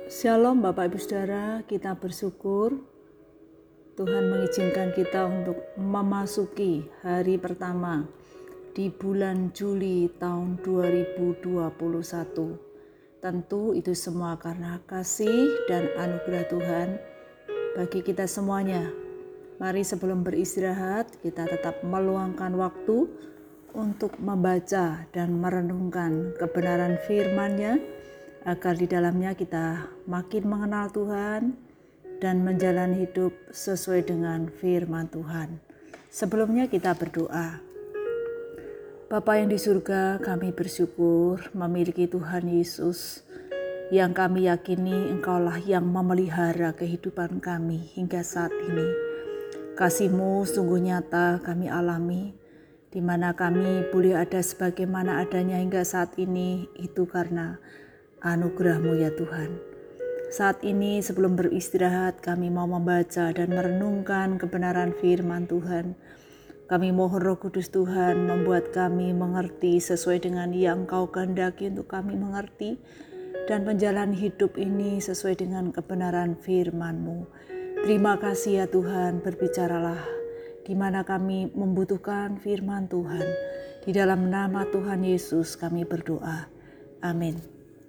Shalom Bapak Ibu Saudara, kita bersyukur Tuhan mengizinkan kita untuk memasuki hari pertama di bulan Juli tahun 2021. Tentu itu semua karena kasih dan anugerah Tuhan bagi kita semuanya. Mari sebelum beristirahat kita tetap meluangkan waktu untuk membaca dan merenungkan kebenaran firman-Nya, agar di dalamnya kita makin mengenal Tuhan dan menjalani hidup sesuai dengan firman Tuhan. Sebelumnya kita berdoa. Bapa yang di surga, kami bersyukur memiliki Tuhan Yesus yang kami yakini Engkaulah yang memelihara kehidupan kami hingga saat ini. Kasih-Mu sungguh nyata kami alami, di mana kami boleh ada sebagaimana adanya hingga saat ini, itu karena anugerah-Mu ya Tuhan. Saat ini sebelum beristirahat kami mau membaca dan merenungkan kebenaran firman Tuhan. Kami mohon Roh Kudus Tuhan membuat kami mengerti sesuai dengan yang Engkau kehendaki untuk kami mengerti, dan menjalani hidup ini sesuai dengan kebenaran firman-Mu. Terima kasih ya Tuhan, berbicaralah di mana kami membutuhkan firman Tuhan. Di dalam nama Tuhan Yesus kami berdoa. Amin.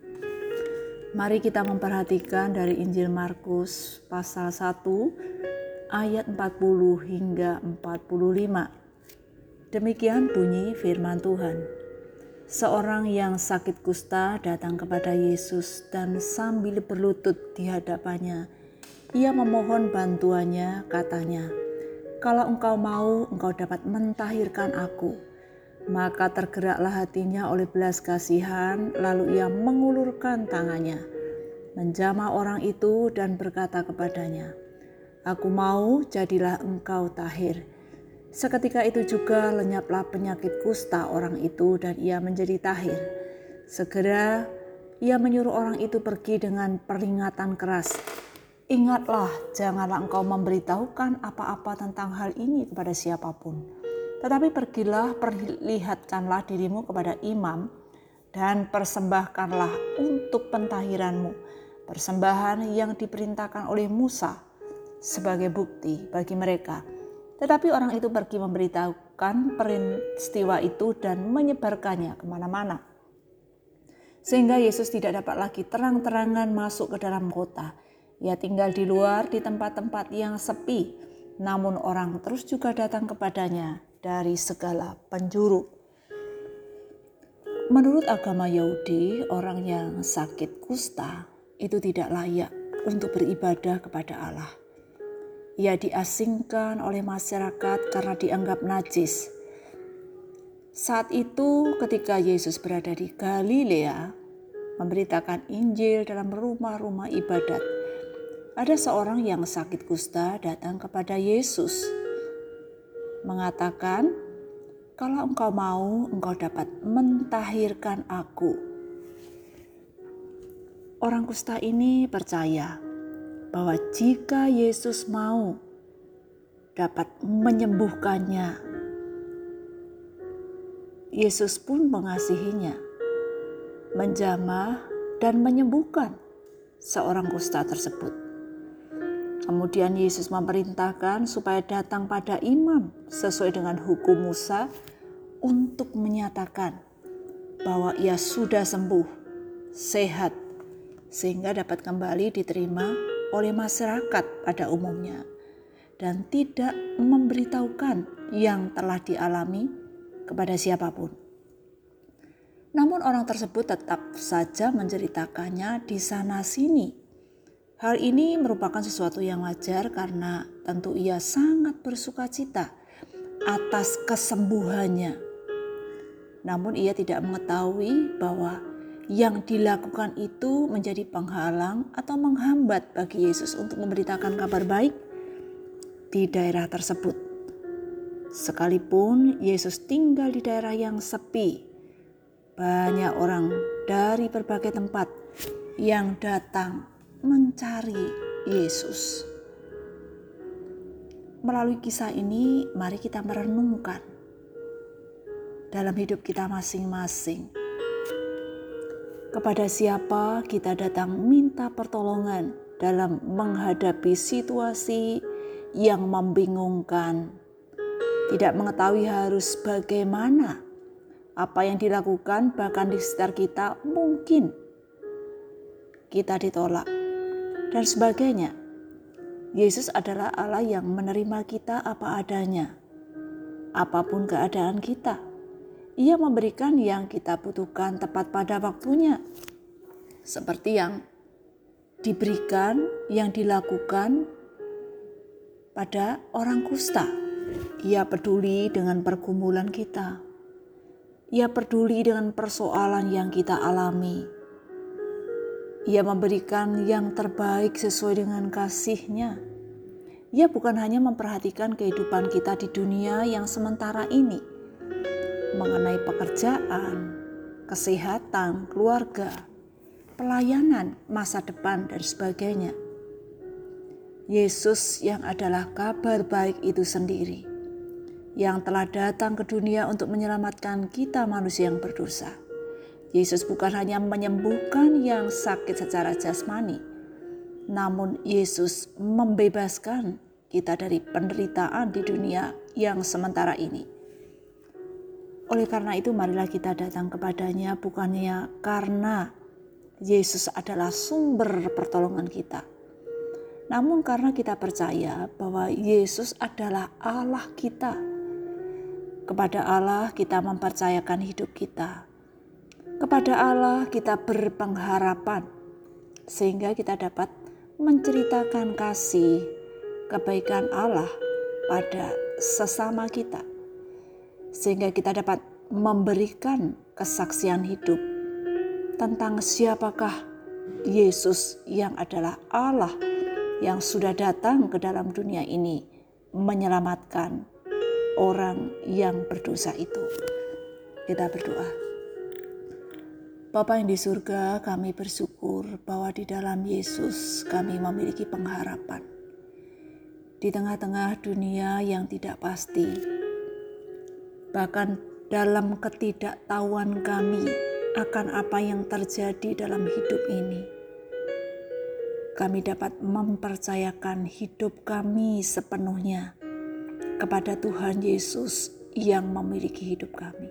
Mari kita memperhatikan dari Injil Markus pasal 1 ayat 40 hingga 45. Demikian bunyi firman Tuhan. Seorang yang sakit kusta datang kepada Yesus dan sambil berlutut di hadapannya, ia memohon bantuannya, katanya, "Kalau engkau mau, engkau dapat mentahirkan aku." Maka tergeraklah hatinya oleh belas kasihan, lalu ia mengulurkan tangannya, menjamah orang itu dan berkata kepadanya, "Aku mau, jadilah engkau tahir." Seketika itu juga lenyaplah penyakit kusta orang itu dan ia menjadi tahir. Segera ia menyuruh orang itu pergi dengan peringatan keras, "Ingatlah, janganlah engkau memberitahukan apa-apa tentang hal ini kepada siapapun. Tetapi pergilah, perlihatkanlah dirimu kepada imam dan persembahkanlah untuk pentahiranmu persembahan yang diperintahkan oleh Musa sebagai bukti bagi mereka." Tetapi orang itu pergi memberitahukan peristiwa itu dan menyebarkannya kemana-mana. Sehingga Yesus tidak dapat lagi terang-terangan masuk ke dalam kota. Ia tinggal di luar di tempat-tempat yang sepi. Namun orang terus juga datang kepadanya dari segala penjuru. Menurut agama Yahudi, orang yang sakit kusta itu tidak layak untuk beribadah kepada Allah. Ia diasingkan oleh masyarakat karena dianggap najis. Saat itu ketika Yesus berada di Galilea memberitakan Injil dalam rumah-rumah ibadat, ada seorang yang sakit kusta datang kepada Yesus, mengatakan, "Kalau engkau mau, engkau dapat mentahirkan aku." Orang kusta ini percaya bahwa jika Yesus mau dapat menyembuhkannya. Yesus pun mengasihinya, menjamah dan menyembuhkan seorang kusta tersebut. Kemudian Yesus memerintahkan supaya datang pada imam sesuai dengan hukum Musa untuk menyatakan bahwa ia sudah sembuh, sehat, sehingga dapat kembali diterima oleh masyarakat pada umumnya dan tidak memberitahukan yang telah dialami kepada siapapun. Namun orang tersebut tetap saja menceritakannya di sana-sini. Hal ini merupakan sesuatu yang wajar karena tentu ia sangat bersukacita atas kesembuhannya. Namun ia tidak mengetahui bahwa yang dilakukan itu menjadi penghalang atau menghambat bagi Yesus untuk memberitakan kabar baik di daerah tersebut. Sekalipun Yesus tinggal di daerah yang sepi, banyak orang dari berbagai tempat yang datang mencari Yesus. Melalui kisah ini, mari kita merenungkan dalam hidup kita masing-masing. Kepada siapa kita datang minta pertolongan dalam menghadapi situasi yang membingungkan, tidak mengetahui harus bagaimana, apa yang dilakukan, bahkan di sekitar kita mungkin kita ditolak, dan sebagainya. Yesus adalah Allah yang menerima kita apa adanya, apapun keadaan kita. Ia memberikan yang kita butuhkan tepat pada waktunya, seperti yang diberikan, yang dilakukan pada orang kusta. Ia peduli dengan pergumulan kita. Ia peduli dengan persoalan yang kita alami. Ia memberikan yang terbaik sesuai dengan kasih-Nya. Ia bukan hanya memperhatikan kehidupan kita di dunia yang sementara ini, mengenai pekerjaan, kesehatan, keluarga, pelayanan, masa depan, dan sebagainya. Yesus yang adalah kabar baik itu sendiri, yang telah datang ke dunia untuk menyelamatkan kita manusia yang berdosa. Yesus bukan hanya menyembuhkan yang sakit secara jasmani, namun Yesus membebaskan kita dari penderitaan di dunia yang sementara ini. Oleh karena itu, marilah kita datang kepadanya bukannya karena Yesus adalah sumber pertolongan kita, namun karena kita percaya bahwa Yesus adalah Allah kita. Kepada Allah kita mempercayakan hidup kita. Kepada Allah kita berpengharapan, sehingga kita dapat menceritakan kasih, kebaikan Allah pada sesama kita, sehingga kita dapat memberikan kesaksian hidup tentang siapakah Yesus yang adalah Allah yang sudah datang ke dalam dunia ini menyelamatkan orang yang berdosa itu. Kita berdoa. Bapa yang di surga, kami bersyukur bahwa di dalam Yesus kami memiliki pengharapan. Di tengah-tengah dunia yang tidak pasti, bahkan dalam ketidaktahuan kami akan apa yang terjadi dalam hidup ini, kami dapat mempercayakan hidup kami sepenuhnya kepada Tuhan Yesus yang memiliki hidup kami.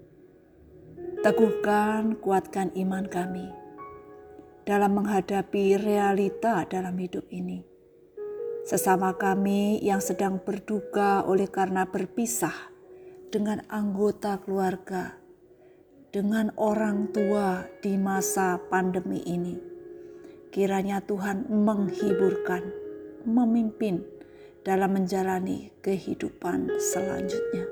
Teguhkan, kuatkan iman kami dalam menghadapi realita dalam hidup ini. Sesama kami yang sedang berduka oleh karena berpisah dengan anggota keluarga, dengan orang tua di masa pandemi ini. Kiranya Tuhan menghiburkan, memimpin dalam menjalani kehidupan selanjutnya.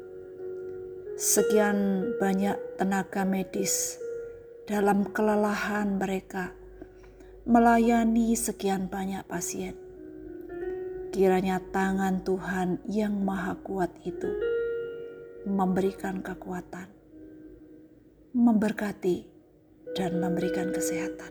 Sekian banyak tenaga medis dalam kelelahan mereka melayani sekian banyak pasien. Kiranya tangan Tuhan yang maha kuat itu memberikan kekuatan, memberkati, dan memberikan kesehatan.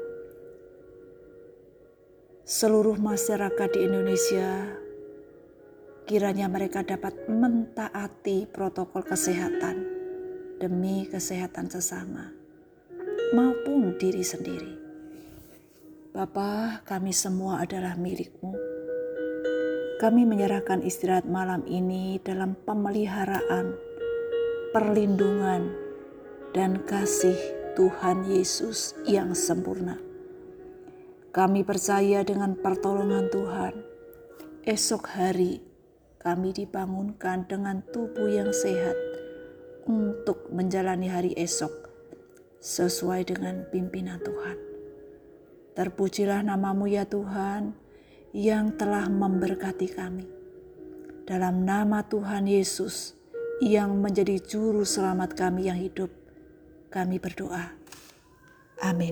Seluruh masyarakat di Indonesia, kiranya mereka dapat mentaati protokol kesehatan demi kesehatan sesama maupun diri sendiri. Bapa, kami semua adalah milik-Mu. Kami menyerahkan istirahat malam ini dalam pemeliharaan, perlindungan, dan kasih Tuhan Yesus yang sempurna. Kami percaya dengan pertolongan Tuhan, esok hari kami dibangunkan dengan tubuh yang sehat untuk menjalani hari esok sesuai dengan pimpinan Tuhan. Terpujilah nama-Mu ya Tuhan yang telah memberkati kami. Dalam nama Tuhan Yesus yang menjadi juru selamat kami yang hidup, kami berdoa. Amin.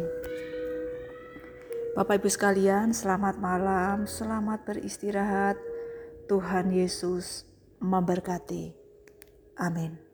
Bapak Ibu sekalian, selamat malam, selamat beristirahat. Tuhan Yesus memberkati. Amin.